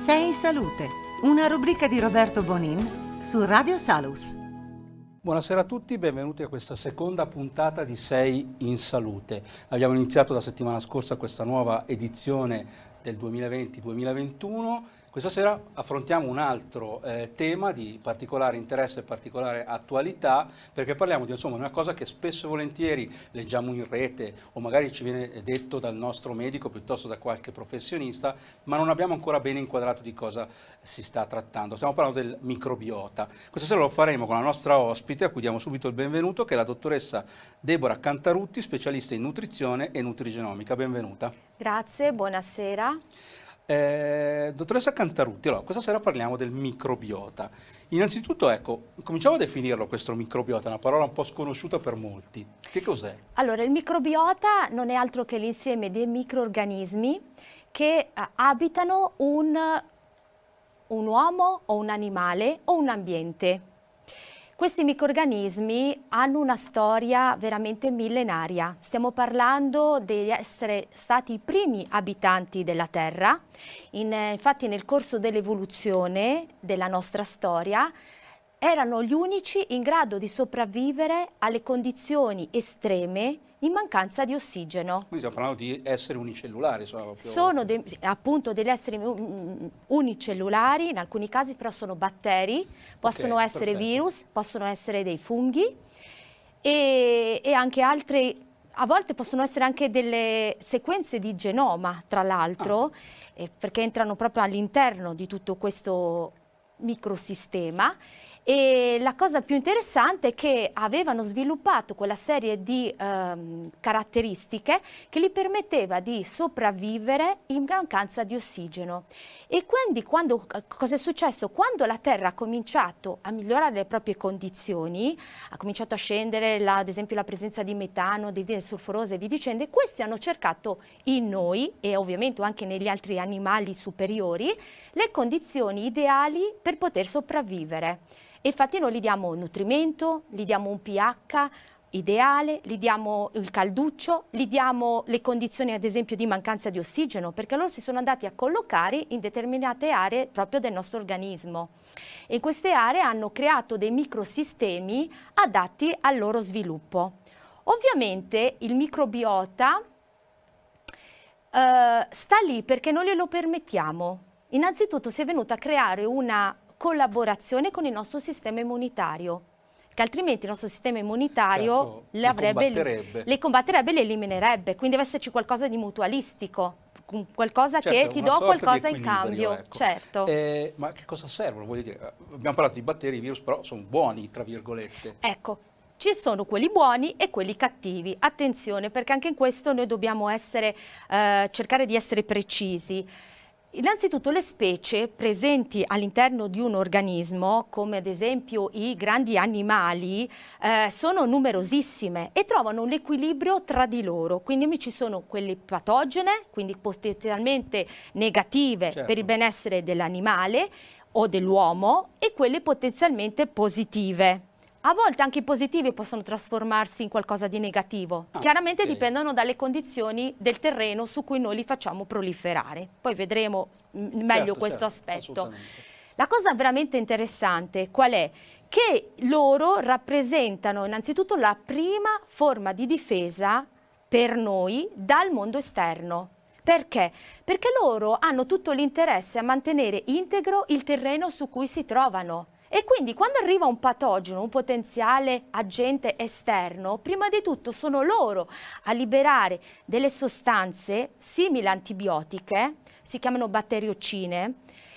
Sei in salute, una rubrica di Roberto Bonin su Radio Salus. Buonasera a tutti, benvenuti a questa seconda puntata di Sei in Salute. Abbiamo iniziato la settimana scorsa questa nuova edizione del 2020-2021. Questa sera affrontiamo un altro tema di particolare interesse e particolare attualità, perché parliamo di una cosa che spesso e volentieri leggiamo in rete o magari ci viene detto dal nostro medico piuttosto da qualche professionista, ma non abbiamo ancora bene inquadrato di cosa si sta trattando. Stiamo parlando del microbiota. Questa sera lo faremo con la nostra ospite, a cui diamo subito il benvenuto, che è la dottoressa Deborah Cantarutti, specialista in nutrizione e nutrigenomica. Benvenuta. Grazie, buonasera. Dottoressa Cantarutti, allora, questa sera parliamo del microbiota. Innanzitutto, cominciamo a definirlo questo microbiota, una parola un po' sconosciuta per molti. Che cos'è? Allora, il microbiota non è altro che l'insieme dei microrganismi che abitano un uomo o un animale o un ambiente. Questi microrganismi hanno una storia veramente millenaria. Stiamo parlando di essere stati i primi abitanti della Terra. Infatti nel corso dell'evoluzione della nostra storia erano gli unici in grado di sopravvivere alle condizioni estreme in mancanza di ossigeno. Quindi stiamo parlando di esseri unicellulari. Sono appunto degli esseri unicellulari, in alcuni casi però sono batteri, possono essere virus, possono essere dei funghi e anche altri, a volte possono essere anche delle sequenze di genoma, tra l'altro, perché entrano proprio all'interno di tutto questo microsistema. E la cosa più interessante è che avevano sviluppato quella serie di caratteristiche che gli permetteva di sopravvivere in mancanza di ossigeno. E quindi cosa è successo? Quando la Terra ha cominciato a migliorare le proprie condizioni, ha cominciato a scendere ad esempio la presenza di metano, di anidride sulfurosa e via dicendo, questi hanno cercato in noi e ovviamente anche negli altri animali superiori le condizioni ideali per poter sopravvivere. E infatti noi gli diamo nutrimento, gli diamo un pH ideale, gli diamo il calduccio, gli diamo le condizioni ad esempio di mancanza di ossigeno, perché loro si sono andati a collocare in determinate aree proprio del nostro organismo. E in queste aree hanno creato dei microsistemi adatti al loro sviluppo. Ovviamente il microbiota sta lì perché non glielo permettiamo. Innanzitutto si è venuta a creare una collaborazione con il nostro sistema immunitario, che altrimenti il nostro sistema immunitario le combatterebbe e le eliminerebbe, quindi deve esserci qualcosa di mutualistico, qualcosa che ti do qualcosa in cambio. Certo. Ma che cosa servono? Voglio dire, abbiamo parlato di batteri, virus, però sono buoni, tra virgolette. Ecco, ci sono quelli buoni e quelli cattivi. Attenzione, perché anche in questo noi dobbiamo cercare di essere precisi. Innanzitutto le specie presenti all'interno di un organismo, come ad esempio i grandi animali, sono numerosissime e trovano l'equilibrio tra di loro. Quindi ci sono quelle patogene, quindi potenzialmente negative per il benessere dell'animale o dell'uomo, e quelle potenzialmente positive. A volte anche i positivi possono trasformarsi in qualcosa di negativo. Chiaramente dipendono dalle condizioni del terreno su cui noi li facciamo proliferare. Poi vedremo meglio questo aspetto. La cosa veramente interessante qual è? Che loro rappresentano innanzitutto la prima forma di difesa per noi dal mondo esterno. Perché? Perché loro hanno tutto l'interesse a mantenere integro il terreno su cui si trovano. E quindi quando arriva un patogeno, un potenziale agente esterno, prima di tutto sono loro a liberare delle sostanze simili antibiotiche, si chiamano batteriocine,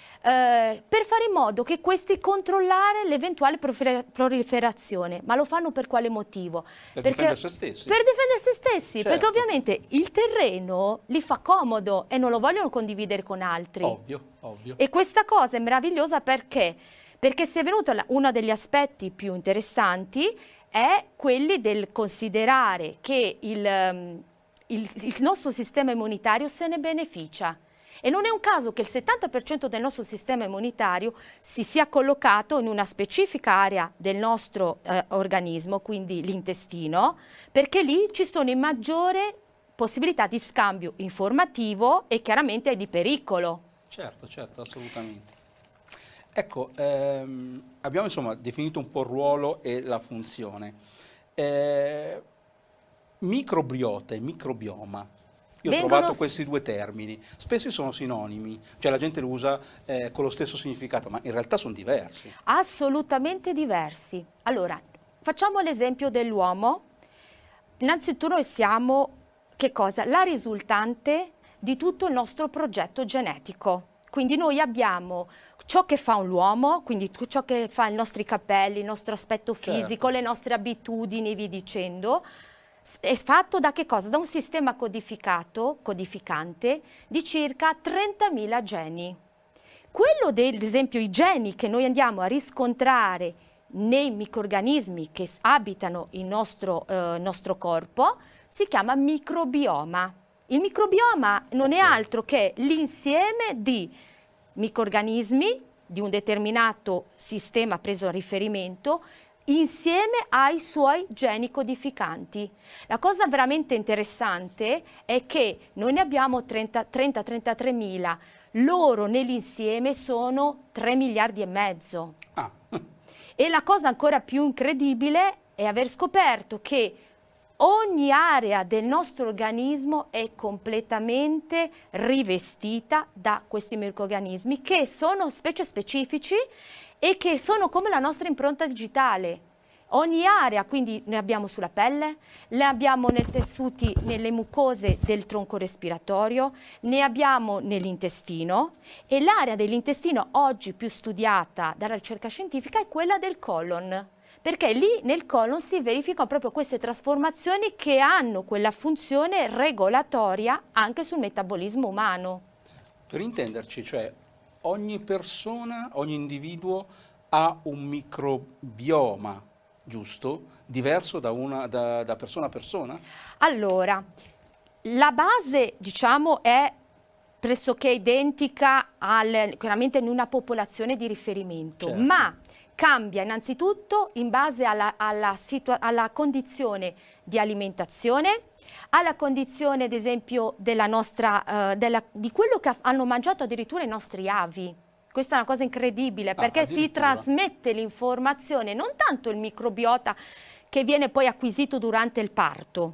per fare in modo che questi controllare l'eventuale proliferazione. Ma lo fanno per quale motivo? Per difendere se stessi. Per difendere se stessi, perché ovviamente il terreno li fa comodo e non lo vogliono condividere con altri. Ovvio. E questa cosa è meravigliosa perché? Perché si è venuto uno degli aspetti più interessanti è quelli del considerare che il nostro sistema immunitario se ne beneficia. E non è un caso che il 70% del nostro sistema immunitario si sia collocato in una specifica area del nostro organismo, quindi l'intestino, perché lì ci sono in maggiore possibilità di scambio informativo e chiaramente di pericolo. Certo, certo, assolutamente. Ecco, abbiamo insomma definito un po' il ruolo e la funzione. Microbiota e microbioma. Io ho trovato questi due termini, spesso sono sinonimi, cioè la gente li usa con lo stesso significato, ma in realtà sono diversi. Assolutamente diversi. Allora, facciamo l'esempio dell'uomo. Innanzitutto noi siamo, che cosa? La risultante di tutto il nostro progetto genetico. Quindi noi abbiamo ciò che fa l'uomo, quindi ciò che fa i nostri capelli, il nostro aspetto fisico, le nostre abitudini, vi dicendo, è fatto da che cosa? Da un sistema codificante di circa 30.000 geni. Quello ad esempio i geni che noi andiamo a riscontrare nei microrganismi che abitano il nostro corpo si chiama microbioma. Il microbioma non è altro che l'insieme di microrganismi di un determinato sistema preso a riferimento insieme ai suoi geni codificanti. La cosa veramente interessante è che noi ne abbiamo 30-33.000, loro nell'insieme sono 3 miliardi e mezzo. Ah. E la cosa ancora più incredibile è aver scoperto che ogni area del nostro organismo è completamente rivestita da questi microrganismi che sono specie specifici e che sono come la nostra impronta digitale. Ogni area, quindi ne abbiamo sulla pelle, ne abbiamo nei tessuti, nelle mucose del tronco respiratorio, ne abbiamo nell'intestino e l'area dell'intestino oggi più studiata dalla ricerca scientifica è quella del colon. Perché lì nel colon si verificano proprio queste trasformazioni che hanno quella funzione regolatoria anche sul metabolismo umano. Per intenderci, cioè ogni persona, ogni individuo ha un microbioma, giusto? Diverso da persona a persona? Allora, la base, diciamo, è pressoché identica chiaramente in una popolazione di riferimento, certo. Ma cambia innanzitutto in base alla condizione di alimentazione, alla condizione ad esempio della nostra, di quello che hanno mangiato addirittura i nostri avi. Questa è una cosa incredibile perché si trasmette l'informazione, non tanto il microbiota che viene poi acquisito durante il parto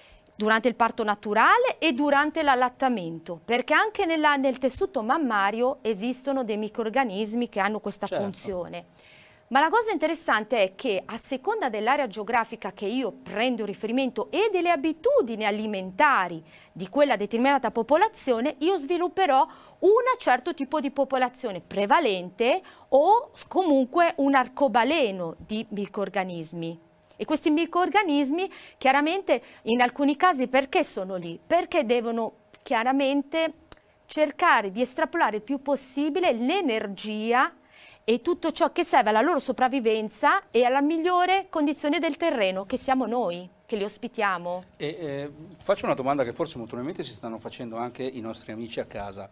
naturale e durante l'allattamento, perché anche nel tessuto mammario esistono dei microrganismi che hanno questa funzione. Ma la cosa interessante è che a seconda dell'area geografica che io prendo riferimento e delle abitudini alimentari di quella determinata popolazione, io svilupperò un certo tipo di popolazione prevalente o comunque un arcobaleno di microrganismi. E questi microrganismi chiaramente in alcuni casi perché sono lì? Perché devono chiaramente cercare di estrapolare il più possibile l'energia e tutto ciò che serve alla loro sopravvivenza e alla migliore condizione del terreno, che siamo noi, che li ospitiamo. Faccio una domanda che forse molto probabilmente si stanno facendo anche i nostri amici a casa.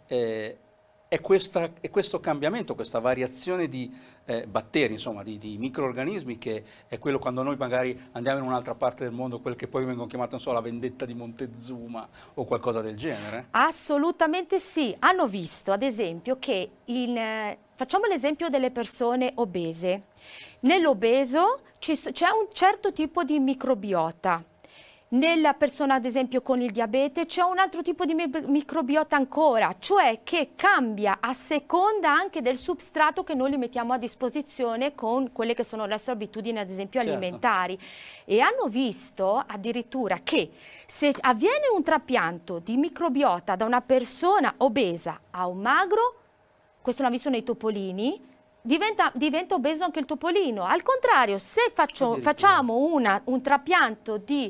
È questo cambiamento, questa variazione di batteri, insomma, di microrganismi, che è quello quando noi magari andiamo in un'altra parte del mondo, quel che poi vengono chiamate, non so, la vendetta di Montezuma o qualcosa del genere? Assolutamente sì. Hanno visto, ad esempio, che facciamo l'esempio delle persone obese. Nell'obeso c'è un certo tipo di microbiota. Nella persona, ad esempio, con il diabete c'è un altro tipo di microbiota ancora, cioè che cambia a seconda anche del substrato che noi gli mettiamo a disposizione con quelle che sono le nostre abitudini, ad esempio, alimentari. E hanno visto addirittura che se avviene un trapianto di microbiota da una persona obesa a un magro, questo l'ha visto nei topolini, diventa obeso anche il topolino. Al contrario, se facciamo un trapianto di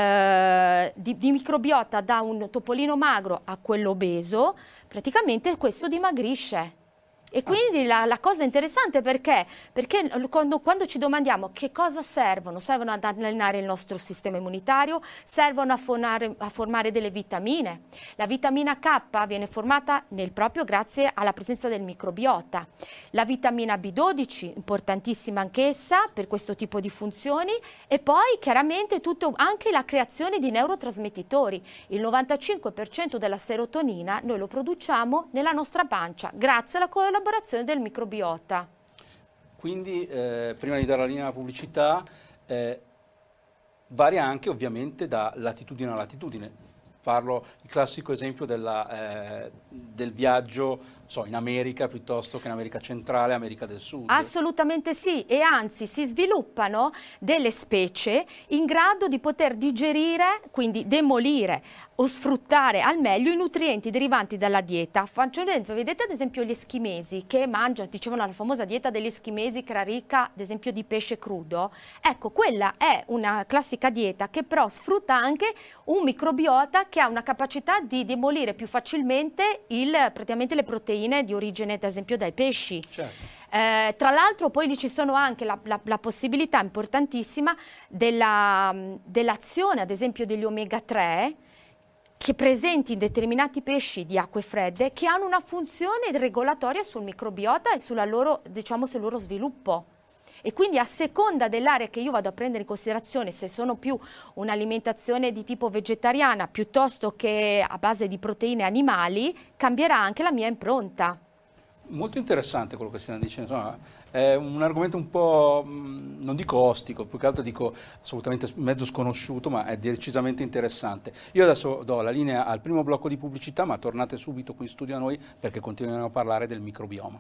microbiota da un topolino magro a quello obeso, praticamente questo dimagrisce. E quindi la cosa interessante perché quando ci domandiamo che cosa servono ad allenare il nostro sistema immunitario, servono a formare delle vitamine. La vitamina K viene formata proprio grazie alla presenza del microbiota. La vitamina B12, importantissima anch'essa per questo tipo di funzioni, e poi chiaramente anche la creazione di neurotrasmettitori. Il 95% della serotonina noi lo produciamo nella nostra pancia, grazie alla collaborazione del microbiota. Quindi, prima di dare la linea alla pubblicità, varia anche ovviamente da latitudine a latitudine. Parlo il classico esempio del viaggio in America piuttosto che in America centrale, America del Sud. Assolutamente sì, e anzi si sviluppano delle specie in grado di poter digerire, quindi demolire o sfruttare al meglio i nutrienti derivanti dalla dieta. Faccio un esempio, vedete ad esempio gli eschimesi che mangiano, dicevano la famosa dieta degli eschimesi che era ricca ad esempio di pesce crudo. Ecco, quella è una classica dieta che però sfrutta anche un microbiota che ha una capacità di demolire più facilmente praticamente le proteine di origine ad esempio dai pesci. Certo. Tra l'altro poi ci sono anche la possibilità importantissima dell'azione ad esempio degli omega 3 che presenti in determinati pesci di acque fredde che hanno una funzione regolatoria sul microbiota e sul loro sviluppo. E quindi a seconda dell'area che io vado a prendere in considerazione, se sono più un'alimentazione di tipo vegetariana piuttosto che a base di proteine animali, cambierà anche la mia impronta. Molto interessante quello che stiamo dicendo, insomma, è un argomento un po', non dico ostico, più che altro dico assolutamente mezzo sconosciuto, ma è decisamente interessante. Io adesso do la linea al primo blocco di pubblicità, ma tornate subito qui in studio a noi perché continueremo a parlare del microbioma.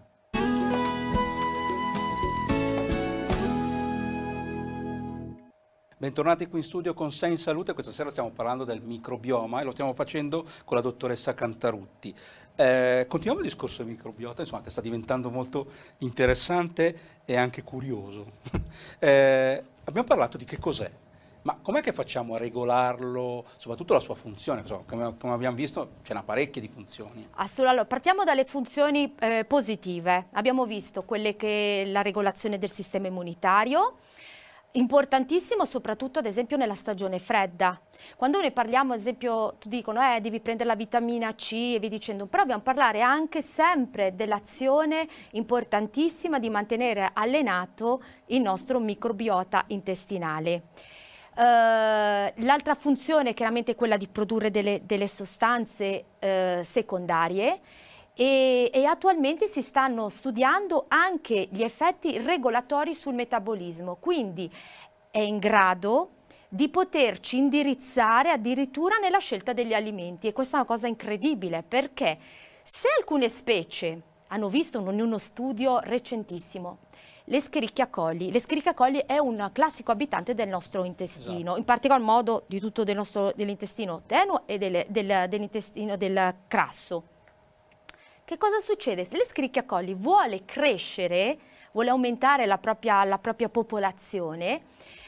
Bentornati qui in studio con Sei in Salute, questa sera stiamo parlando del microbioma e lo stiamo facendo con la dottoressa Cantarutti. Continuiamo il discorso del microbiota, insomma, che sta diventando molto interessante e anche curioso. Abbiamo parlato di che cos'è, ma com'è che facciamo a regolarlo, soprattutto la sua funzione? Come abbiamo visto ce n'ha parecchie di funzioni. Allora, partiamo dalle funzioni positive. Abbiamo visto quelle che la regolazione del sistema immunitario, importantissimo soprattutto ad esempio nella stagione fredda. Quando noi parliamo ad esempio, ti dicono devi prendere la vitamina C e via dicendo, però dobbiamo parlare anche sempre dell'azione importantissima di mantenere allenato il nostro microbiota intestinale. L'altra funzione chiaramente è quella di produrre delle sostanze secondarie. E attualmente si stanno studiando anche gli effetti regolatori sul metabolismo, quindi è in grado di poterci indirizzare addirittura nella scelta degli alimenti, e questa è una cosa incredibile perché se alcune specie hanno visto in uno studio recentissimo l'Escherichia coli è un classico abitante del nostro intestino, esatto, in particolar modo di tutto dell'intestino tenue e dell'intestino del crasso. Che cosa succede? Se l'Escherichia coli vuole crescere, vuole aumentare la propria popolazione,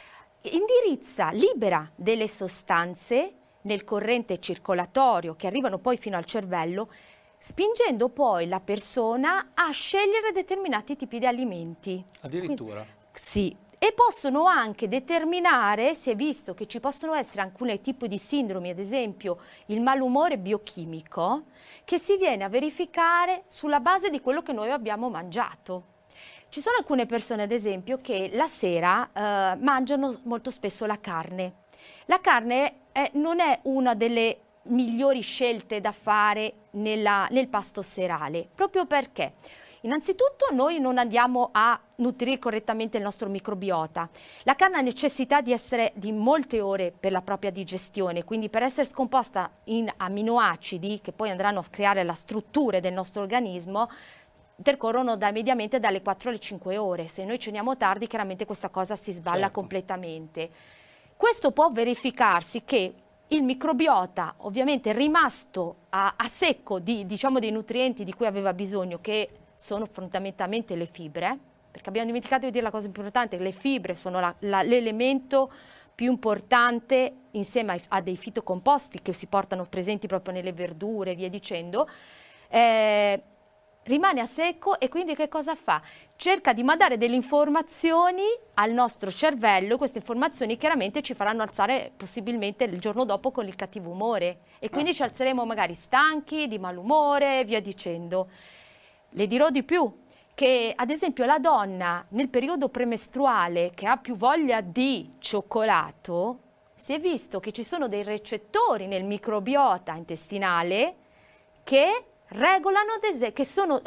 libera delle sostanze nel corrente circolatorio che arrivano poi fino al cervello, spingendo poi la persona a scegliere determinati tipi di alimenti. Addirittura? Quindi, sì. E possono anche determinare, si è visto che ci possono essere alcuni tipi di sindromi, ad esempio il malumore biochimico, che si viene a verificare sulla base di quello che noi abbiamo mangiato. Ci sono alcune persone, ad esempio, che la sera mangiano molto spesso la carne. La carne non è una delle migliori scelte da fare nel pasto serale, proprio perché innanzitutto noi non andiamo a nutrire correttamente il nostro microbiota. La carne ha necessità di essere di molte ore per la propria digestione, quindi per essere scomposta in aminoacidi che poi andranno a creare la struttura del nostro organismo, intercorrono mediamente dalle 4 alle 5 ore. Se noi ceniamo tardi, chiaramente questa cosa si sballa, certo, completamente. Questo può verificarsi che il microbiota, ovviamente rimasto a secco dei nutrienti di cui aveva bisogno, che sono fondamentalmente le fibre, perché abbiamo dimenticato di dire la cosa importante, che le fibre sono l'elemento più importante insieme a dei fitocomposti che si portano presenti proprio nelle verdure e via dicendo, rimane a secco e quindi che cosa fa? Cerca di mandare delle informazioni al nostro cervello, queste informazioni chiaramente ci faranno alzare possibilmente il giorno dopo con il cattivo umore e quindi ci alzeremo magari stanchi, di malumore e via dicendo. Le dirò di più, che ad esempio la donna nel periodo premestruale che ha più voglia di cioccolato, si è visto che ci sono dei recettori nel microbiota intestinale che regolano, che sono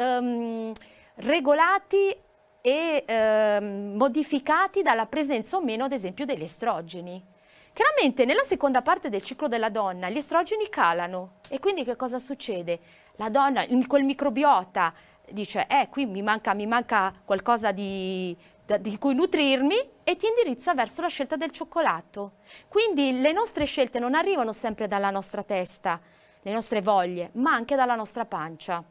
regolati e modificati dalla presenza o meno ad esempio degli estrogeni. Chiaramente nella seconda parte del ciclo della donna gli estrogeni calano e quindi che cosa succede? La donna, quel microbiota dice qui mi manca qualcosa di cui nutrirmi e ti indirizza verso la scelta del cioccolato. Quindi le nostre scelte non arrivano sempre dalla nostra testa, le nostre voglie, ma anche dalla nostra pancia.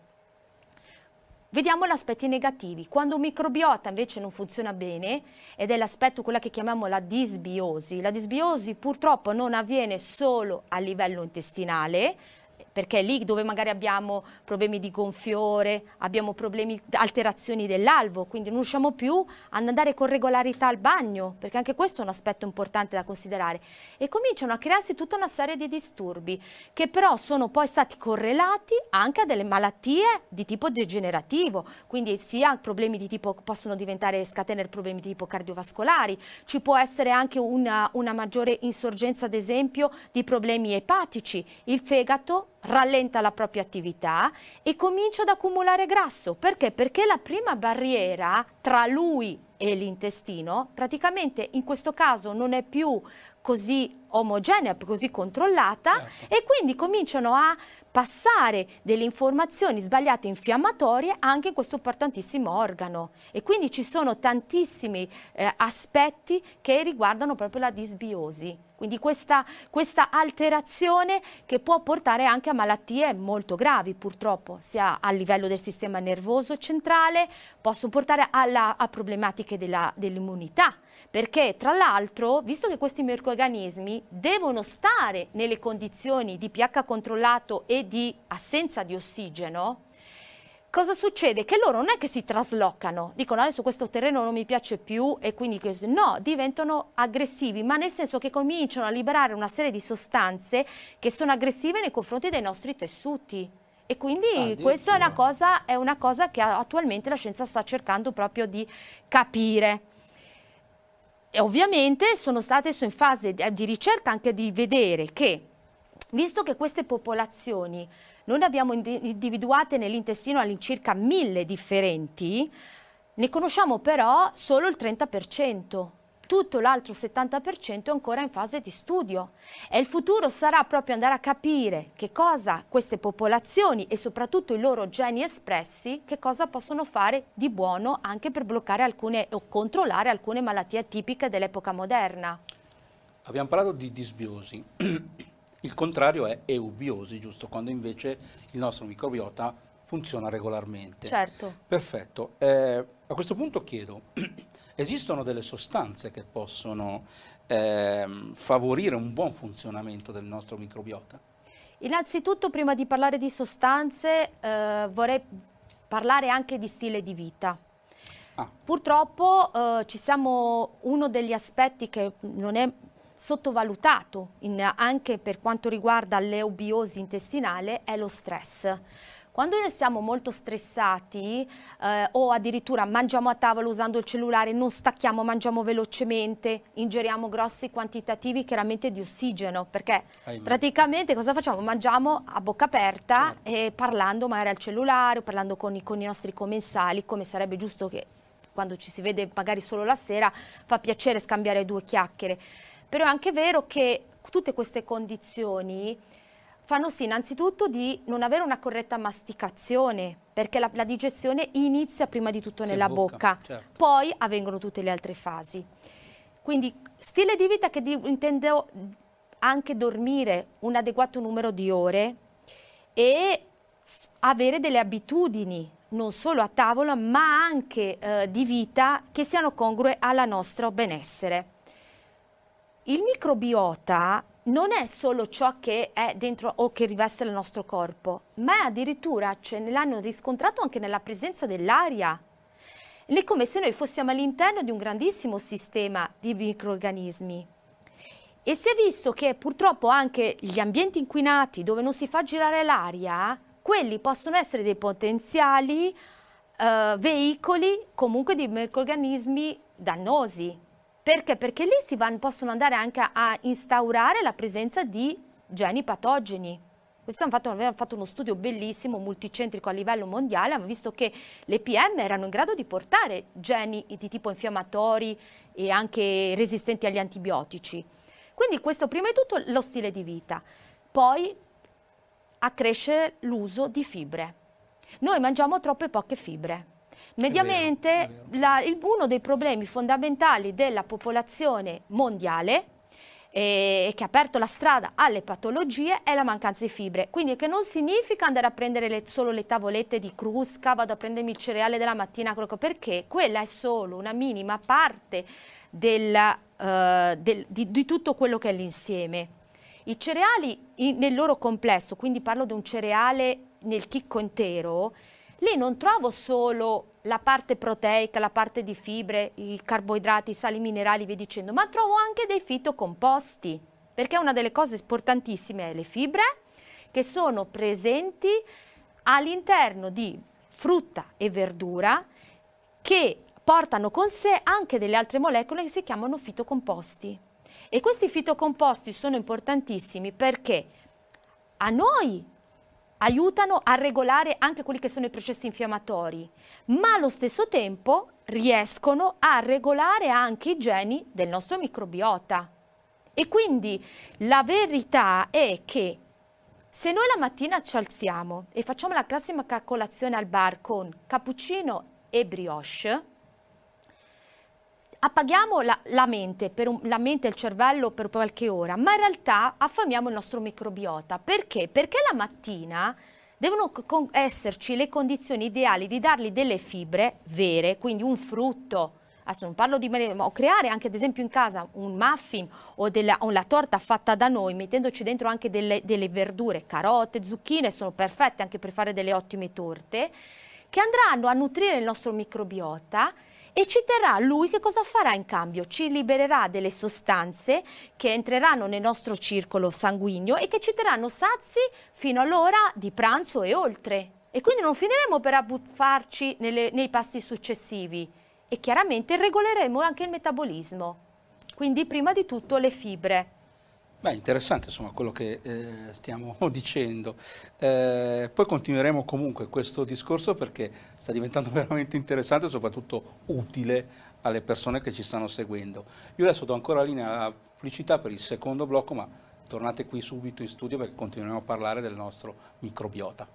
Vediamo gli aspetti negativi. Quando un microbiota invece non funziona bene, ed è l'aspetto quella che chiamiamo la disbiosi purtroppo non avviene solo a livello intestinale, perché è lì dove magari abbiamo problemi di gonfiore, abbiamo problemi, alterazioni dell'alvo, quindi non riusciamo più ad andare con regolarità al bagno, perché anche questo è un aspetto importante da considerare. E cominciano a crearsi tutta una serie di disturbi, che però sono poi stati correlati anche a delle malattie di tipo degenerativo, quindi sia problemi di tipo, possono scatenare problemi di tipo cardiovascolari, ci può essere anche una maggiore insorgenza ad esempio di problemi epatici, il fegato rallenta la propria attività e comincia ad accumulare grasso. Perché? Perché la prima barriera tra lui e l'intestino praticamente in questo caso non è più così omogenea, così controllata, e quindi cominciano a passare delle informazioni sbagliate infiammatorie anche in questo importantissimo organo e quindi ci sono tantissimi aspetti che riguardano proprio la disbiosi. Quindi questa alterazione che può portare anche a malattie molto gravi purtroppo, sia a livello del sistema nervoso centrale, possono portare a problematiche dell'immunità, perché tra l'altro, visto che questi microrganismi devono stare nelle condizioni di pH controllato e di assenza di ossigeno, cosa succede? Che loro non è che si traslocano, dicono adesso questo terreno non mi piace più e quindi no, diventano aggressivi, ma nel senso che cominciano a liberare una serie di sostanze che sono aggressive nei confronti dei nostri tessuti. E quindi questa è una cosa che attualmente la scienza sta cercando proprio di capire. E ovviamente sono in fase di ricerca anche di vedere che, visto che queste popolazioni noi ne abbiamo individuate nell'intestino all'incirca 1000 differenti, ne conosciamo però solo il 30%. Tutto l'altro 70% è ancora in fase di studio. E il futuro sarà proprio andare a capire che cosa queste popolazioni e soprattutto i loro geni espressi, che cosa possono fare di buono anche per bloccare alcune o controllare alcune malattie tipiche dell'epoca moderna. Abbiamo parlato di disbiosi. Il contrario è eubiosi, giusto? Quando invece il nostro microbiota funziona regolarmente. Certo. Perfetto. A questo punto chiedo, esistono delle sostanze che possono favorire un buon funzionamento del nostro microbiota? Innanzitutto, prima di parlare di sostanze, vorrei parlare anche di stile di vita. Purtroppo uno degli aspetti che non è sottovalutato anche per quanto riguarda l'eubiosi intestinale è lo stress. Quando noi siamo molto stressati o addirittura mangiamo a tavola usando il cellulare, non stacchiamo, mangiamo velocemente, ingeriamo grossi quantitativi chiaramente di ossigeno, perché praticamente cosa facciamo? Mangiamo a bocca aperta, certo, e parlando magari al cellulare o parlando con i nostri commensali, come sarebbe giusto che quando ci si vede magari solo la sera fa piacere scambiare due chiacchiere. Però è anche vero che tutte queste condizioni fanno sì innanzitutto di non avere una corretta masticazione, perché la digestione inizia prima di tutto nella bocca, certo, poi avvengono tutte le altre fasi. Quindi stile di vita che intendo anche dormire un adeguato numero di ore e avere delle abitudini, non solo a tavola, ma anche di vita che siano congrue al nostro benessere. Il microbiota non è solo ciò che è dentro o che riveste il nostro corpo, ma addirittura ce l'hanno riscontrato anche nella presenza dell'aria. È come se noi fossimo all'interno di un grandissimo sistema di microrganismi. E si è visto che purtroppo anche gli ambienti inquinati dove non si fa girare l'aria, quelli possono essere dei potenziali veicoli comunque di microrganismi dannosi. Perché? Perché lì possono andare anche a instaurare la presenza di geni patogeni. Questo avevano fatto uno studio bellissimo, multicentrico a livello mondiale, hanno visto che le PM erano in grado di portare geni di tipo infiammatori e anche resistenti agli antibiotici. Quindi questo prima di tutto lo stile di vita, poi accrescere l'uso di fibre. Noi mangiamo troppe poche fibre. Mediamente uno dei problemi fondamentali della popolazione mondiale che ha aperto la strada alle patologie è la mancanza di fibre, quindi che non significa andare a prendere solo le tavolette di Crusca, vado a prendermi il cereale della mattina, perché quella è solo una minima parte di tutto quello che è l'insieme. I cereali nel loro complesso, quindi parlo di un cereale nel chicco intero, lì non trovo solo la parte proteica, la parte di fibre, i carboidrati, i sali minerali, via dicendo, ma trovo anche dei fitocomposti, perché una delle cose importantissime è le fibre che sono presenti all'interno di frutta e verdura che portano con sé anche delle altre molecole che si chiamano fitocomposti. E questi fitocomposti sono importantissimi perché a noi aiutano a regolare anche quelli che sono i processi infiammatori, ma allo stesso tempo riescono a regolare anche i geni del nostro microbiota. E quindi la verità è che se noi la mattina ci alziamo e facciamo la classica colazione al bar con cappuccino e brioche, appaghiamo la mente e il cervello per qualche ora, ma in realtà affamiamo il nostro microbiota. Perché? Perché la mattina devono esserci le condizioni ideali di dargli delle fibre vere, quindi un frutto. Adesso non parlo o creare anche ad esempio in casa un muffin o la torta fatta da noi, mettendoci dentro anche delle verdure, carote, zucchine, sono perfette anche per fare delle ottime torte, che andranno a nutrire il nostro microbiota. E ci terrà lui, che cosa farà in cambio? Ci libererà delle sostanze che entreranno nel nostro circolo sanguigno e che ci terranno sazi fino all'ora di pranzo e oltre. E quindi non finiremo per abbuffarci nei pasti successivi e chiaramente regoleremo anche il metabolismo. Quindi prima di tutto le fibre. Beh, interessante insomma quello che stiamo dicendo. Poi continueremo comunque questo discorso perché sta diventando veramente interessante e soprattutto utile alle persone che ci stanno seguendo. Io adesso do ancora la linea alla pubblicità per il secondo blocco, ma tornate qui subito in studio perché continueremo a parlare del nostro microbiota.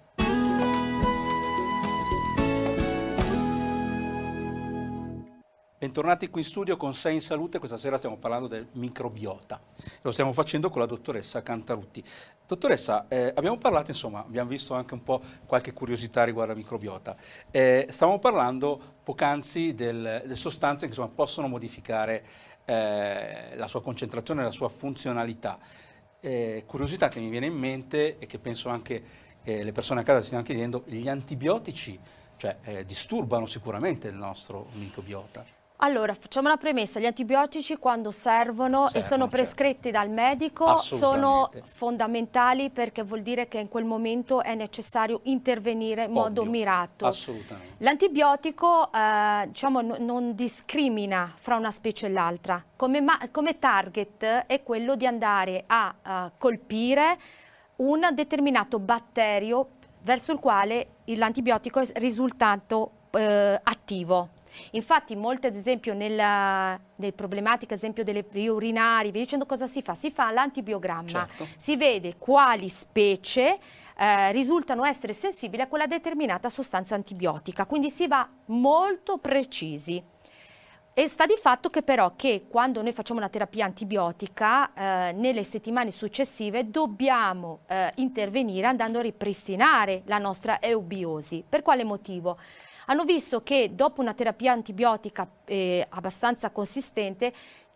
Bentornati qui in studio con Sei in Salute, questa sera stiamo parlando del microbiota. Lo stiamo facendo con la dottoressa Cantarutti. Dottoressa, abbiamo parlato, insomma, abbiamo visto anche un po' qualche curiosità riguardo al microbiota. Stavamo parlando poc'anzi delle sostanze che insomma, possono modificare la sua concentrazione e la sua funzionalità. Curiosità che mi viene in mente e che penso anche le persone a casa si stiano chiedendo, gli antibiotici disturbano sicuramente il nostro microbiota. Allora, facciamo una premessa, gli antibiotici quando servono e sono prescritti dal medico sono fondamentali perché vuol dire che in quel momento è necessario intervenire in modo mirato. Assolutamente. L'antibiotico non discrimina fra una specie e l'altra, come target è quello di andare a colpire un determinato batterio verso il quale l'antibiotico è risultato attivo. Infatti molte, ad esempio, nelle problematiche, ad esempio delle vie urinari, vi dicendo cosa si fa? Si fa l'antibiogramma, certo. Si vede quali specie risultano essere sensibili a quella determinata sostanza antibiotica, quindi si va molto precisi. E sta di fatto che però quando noi facciamo una terapia antibiotica, nelle settimane successive dobbiamo intervenire andando a ripristinare la nostra eubiosi. Per quale motivo? Hanno visto che dopo una terapia antibiotica abbastanza consistente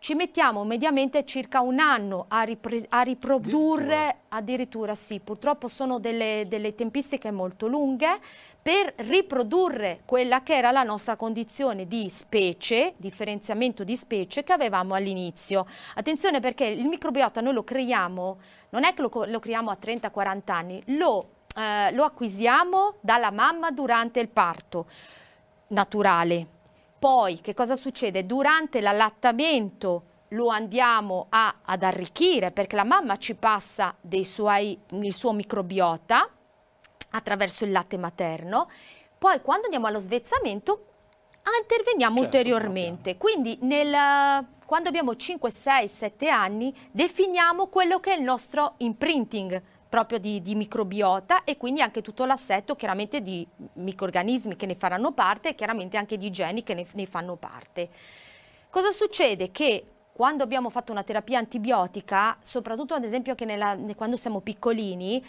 ci mettiamo mediamente circa un anno a riprodurre, addirittura sì, purtroppo sono delle tempistiche molto lunghe, per riprodurre quella che era la nostra condizione di specie, differenziamento di specie che avevamo all'inizio. Attenzione, perché il microbiota noi lo creiamo, non è che lo creiamo a 30-40 anni, lo acquisiamo dalla mamma durante il parto naturale. Poi che cosa succede? Durante l'allattamento lo andiamo ad arricchire, perché la mamma ci passa il suo microbiota attraverso il latte materno. Poi quando andiamo allo svezzamento interveniamo ulteriormente. Quindi quando abbiamo 5, 6, 7 anni definiamo quello che è il nostro imprinting proprio di microbiota, e quindi anche tutto l'assetto chiaramente di microrganismi che ne faranno parte e chiaramente anche di geni che ne fanno parte. Cosa succede? Che quando abbiamo fatto una terapia antibiotica, soprattutto ad esempio che quando siamo piccolini,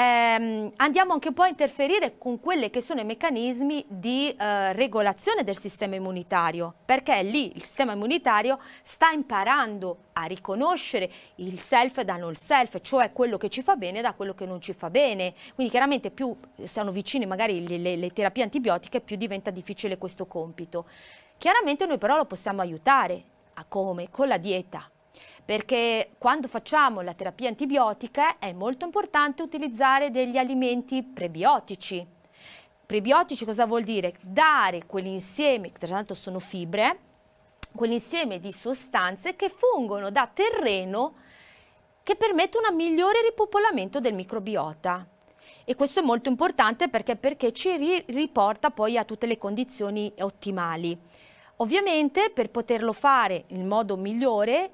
andiamo anche un po' a interferire con quelli che sono i meccanismi di regolazione del sistema immunitario, perché lì il sistema immunitario sta imparando a riconoscere il self da non self, cioè quello che ci fa bene da quello che non ci fa bene. Quindi chiaramente più stanno vicine magari le terapie antibiotiche, più diventa difficile questo compito. Chiaramente noi però lo possiamo aiutare. Come? Con la dieta. Perché quando facciamo la terapia antibiotica è molto importante utilizzare degli alimenti prebiotici. Prebiotici cosa vuol dire? Dare quell'insieme, che tra l'altro sono fibre, quell'insieme di sostanze che fungono da terreno che permettono un migliore ripopolamento del microbiota. E questo è molto importante perché ci riporta poi a tutte le condizioni ottimali. Ovviamente per poterlo fare in modo migliore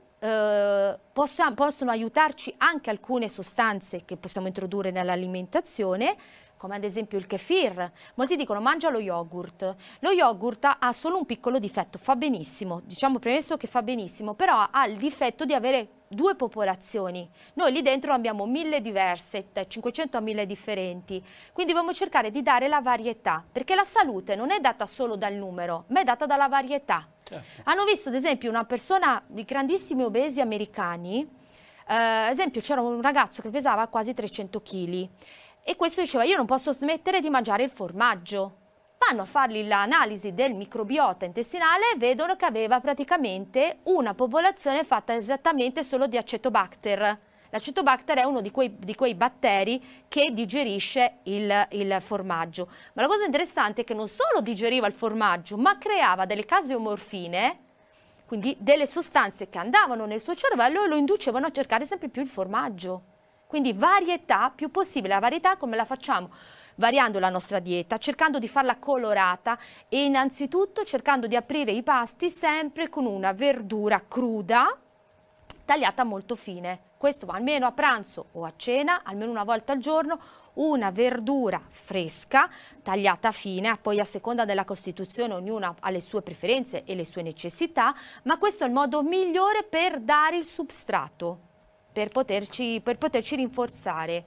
possono aiutarci anche alcune sostanze che possiamo introdurre nell'alimentazione, come ad esempio il kefir. Molti dicono mangia lo yogurt. Lo yogurt ha solo un piccolo difetto, fa benissimo, diciamo premesso che fa benissimo, però ha il difetto di avere due popolazioni. Noi lì dentro abbiamo 1000 diverse, da 500 a 1000 differenti, quindi dobbiamo cercare di dare la varietà, perché la salute non è data solo dal numero, ma è data dalla varietà. Certo. Hanno visto ad esempio una persona di grandissimi obesi americani, ad esempio c'era un ragazzo che pesava quasi 300 kg e questo diceva: io non posso smettere di mangiare il formaggio. Vanno a fargli l'analisi del microbiota intestinale e vedono che aveva praticamente una popolazione fatta esattamente solo di Acetobacter. L'acetobacter è uno di quei batteri che digerisce il formaggio. Ma la cosa interessante è che non solo digeriva il formaggio, ma creava delle caseomorfine, quindi delle sostanze che andavano nel suo cervello e lo inducevano a cercare sempre più il formaggio. Quindi varietà più possibile. La varietà come la facciamo? Variando la nostra dieta, cercando di farla colorata e innanzitutto cercando di aprire i pasti sempre con una verdura cruda tagliata molto fine. Questo almeno a pranzo o a cena, almeno una volta al giorno, una verdura fresca tagliata fine, poi a seconda della costituzione ognuno ha le sue preferenze e le sue necessità, ma questo è il modo migliore per dare il substrato, per poterci rinforzare.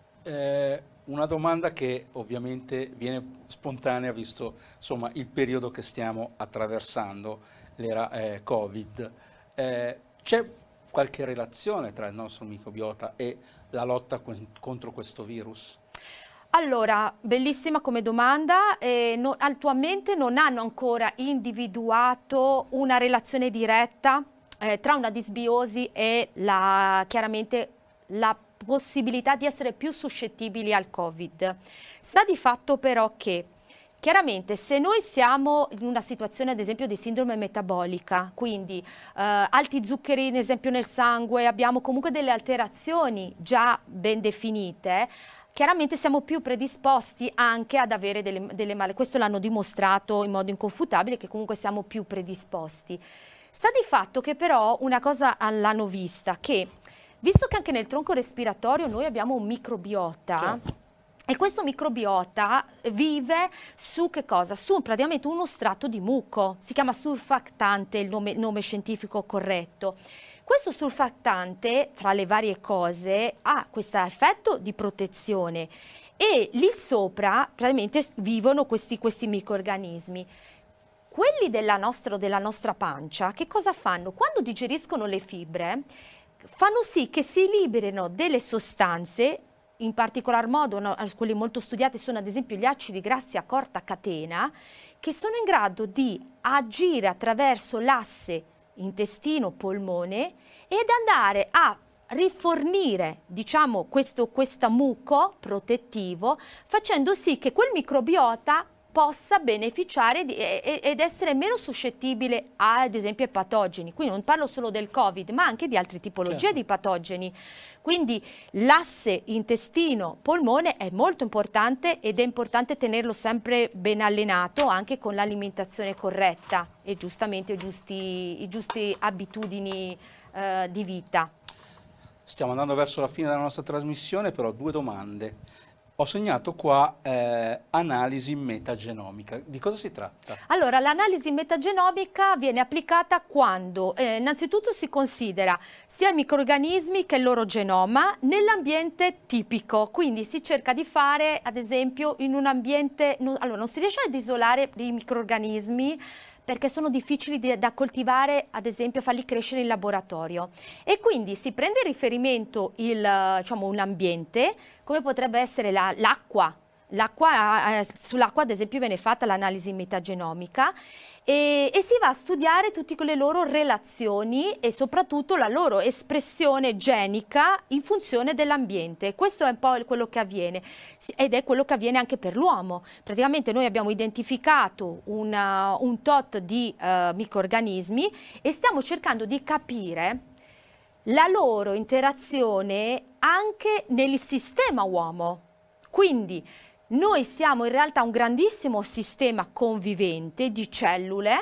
Una domanda che ovviamente viene spontanea visto insomma il periodo che stiamo attraversando, l'era Covid. C'è qualche relazione tra il nostro microbiota e la lotta contro questo virus? Allora, bellissima come domanda. Attualmente non hanno ancora individuato una relazione diretta tra una disbiosi e chiaramente la possibilità di essere più suscettibili al Covid. Sta di fatto però che chiaramente se noi siamo in una situazione ad esempio di sindrome metabolica, quindi alti zuccheri ad esempio nel sangue, abbiamo comunque delle alterazioni già ben definite, chiaramente siamo più predisposti anche ad avere delle malattie. Questo l'hanno dimostrato in modo inconfutabile, che comunque siamo più predisposti. Sta di fatto che però una cosa l'hanno vista, che visto che anche nel tronco respiratorio noi abbiamo un microbiota, certo, e questo microbiota vive su che cosa? Su praticamente uno strato di muco, si chiama surfactante, il nome scientifico corretto. Questo surfactante, fra le varie cose, ha questo effetto di protezione e lì sopra praticamente vivono questi microrganismi. quelli della nostra pancia, che cosa fanno? Quando digeriscono le fibre, fanno sì che si liberino delle sostanze, in particolar modo quelli molto studiati sono ad esempio gli acidi grassi a corta catena, che sono in grado di agire attraverso l'asse intestino-polmone ed andare a rifornire, diciamo, questo muco protettivo, facendo sì che quel microbiota possa beneficiare ed essere meno suscettibile ad esempio ai patogeni. Qui non parlo solo del Covid, ma anche di altre tipologie, certo, di patogeni. Quindi l'asse intestino-polmone è molto importante ed è importante tenerlo sempre ben allenato anche con l'alimentazione corretta e giustamente i giusti abitudini di vita. Stiamo andando verso la fine della nostra trasmissione, però 2 domande. Ho segnato qua analisi metagenomica. Di cosa si tratta? Allora, l'analisi metagenomica viene applicata quando innanzitutto si considera sia i microrganismi che il loro genoma nell'ambiente tipico. Quindi si cerca di fare, ad esempio, in un ambiente... allora, non si riesce ad isolare i microrganismi perché sono difficili da coltivare, ad esempio farli crescere in laboratorio. E quindi si prende in riferimento diciamo, un ambiente, come potrebbe essere l'acqua. Sull'acqua ad esempio viene fatta l'analisi metagenomica e si va a studiare tutte le loro relazioni e soprattutto la loro espressione genica in funzione dell'ambiente. Questo è un po' quello che avviene ed è quello che avviene anche per l'uomo. Praticamente noi abbiamo identificato un tot di microrganismi e stiamo cercando di capire la loro interazione anche nel sistema uomo. Quindi noi siamo in realtà un grandissimo sistema convivente di cellule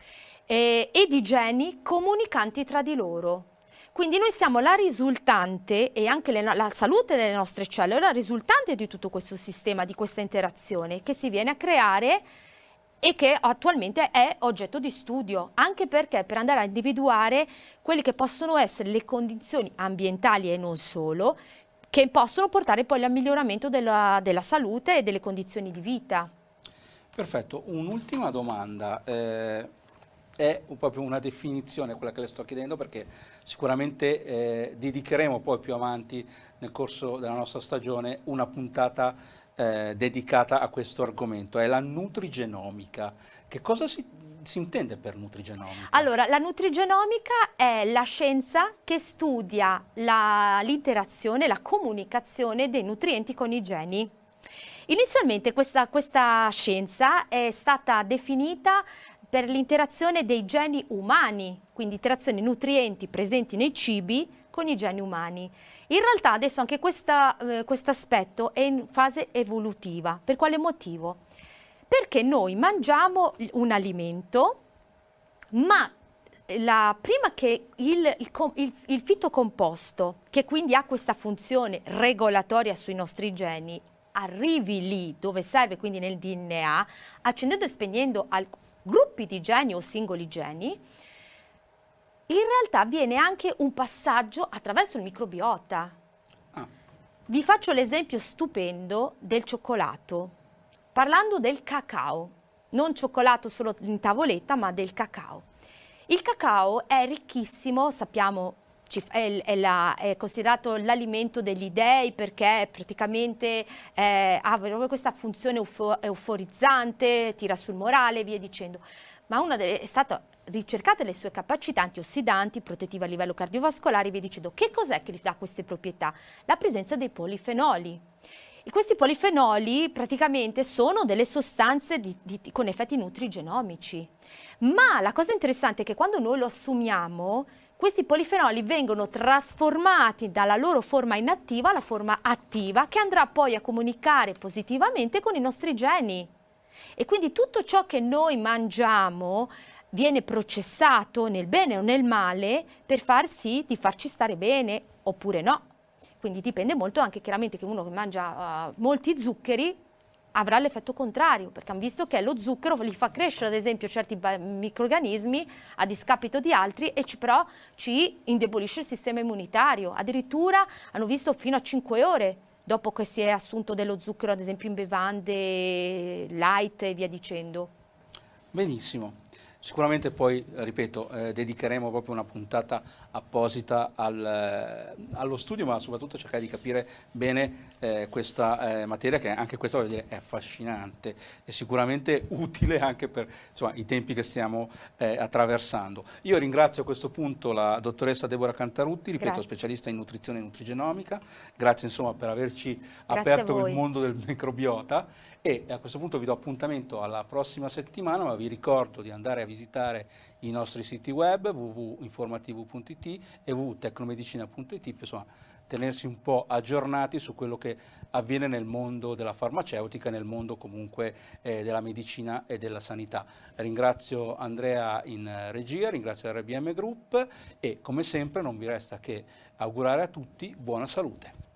e di geni comunicanti tra di loro. Quindi noi siamo la risultante, e anche la salute delle nostre cellule è la risultante di tutto questo sistema, di questa interazione che si viene a creare e che attualmente è oggetto di studio, anche perché per andare a individuare quelle che possono essere le condizioni ambientali e non solo, che possono portare poi al miglioramento della salute e delle condizioni di vita. Perfetto, un'ultima domanda, è proprio una definizione quella che le sto chiedendo, perché sicuramente dedicheremo poi più avanti nel corso della nostra stagione una puntata dedicata a questo argomento, è la nutrigenomica. Che cosa si intende per nutrigenomica? Allora, la nutrigenomica è la scienza che studia l'interazione, la comunicazione dei nutrienti con i geni. Inizialmente questa scienza è stata definita per l'interazione dei geni umani, quindi interazione nutrienti presenti nei cibi con i geni umani. In realtà adesso anche questo aspetto è in fase evolutiva. Per quale motivo? Perché noi mangiamo un alimento, ma prima che il fitocomposto, che quindi ha questa funzione regolatoria sui nostri geni, arrivi lì dove serve, quindi nel DNA, accendendo e spegnendo gruppi di geni o singoli geni, in realtà avviene anche un passaggio attraverso il microbiota. Vi faccio l'esempio stupendo del cioccolato. Parlando del cacao, non cioccolato solo in tavoletta, ma del cacao. Il cacao è ricchissimo, sappiamo, è considerato l'alimento degli dei perché praticamente ha proprio questa funzione euforizzante, tira sul morale e via dicendo. Ma è stata ricercate le sue capacità antiossidanti, protettive a livello cardiovascolare e via dicendo. Che cos'è che gli dà queste proprietà? La presenza dei polifenoli. E questi polifenoli praticamente sono delle sostanze con effetti nutrigenomici. Ma la cosa interessante è che quando noi lo assumiamo, questi polifenoli vengono trasformati dalla loro forma inattiva alla forma attiva, che andrà poi a comunicare positivamente con i nostri geni. E quindi tutto ciò che noi mangiamo viene processato nel bene o nel male per far sì di farci stare bene oppure no. Quindi dipende molto anche chiaramente che uno che mangia molti zuccheri avrà l'effetto contrario, perché hanno visto che lo zucchero li fa crescere ad esempio certi microrganismi a discapito di altri e però ci indebolisce il sistema immunitario. Addirittura hanno visto fino a 5 ore dopo che si è assunto dello zucchero ad esempio in bevande light e via dicendo. Benissimo. Sicuramente poi, ripeto, dedicheremo proprio una puntata apposita allo studio, ma soprattutto cercare di capire bene questa materia, che anche questa, voglio dire, è affascinante e sicuramente utile anche per, insomma, i tempi che stiamo attraversando. Io ringrazio a questo punto la dottoressa Deborah Cantarutti, ripeto, Grazie. specialista in nutrizione e nutrigenomica. Grazie, insomma, per averci Grazie a aperto il voi. mondo del microbiota, e a questo punto vi do appuntamento alla prossima settimana, ma vi ricordo di andare a visitare i nostri siti web www.informativo.it e www.tecnomedicina.it per, insomma, tenersi un po' aggiornati su quello che avviene nel mondo della farmaceutica, nel mondo comunque della medicina e della sanità. Ringrazio Andrea in regia, ringrazio RBM Group e come sempre non vi resta che augurare a tutti buona salute.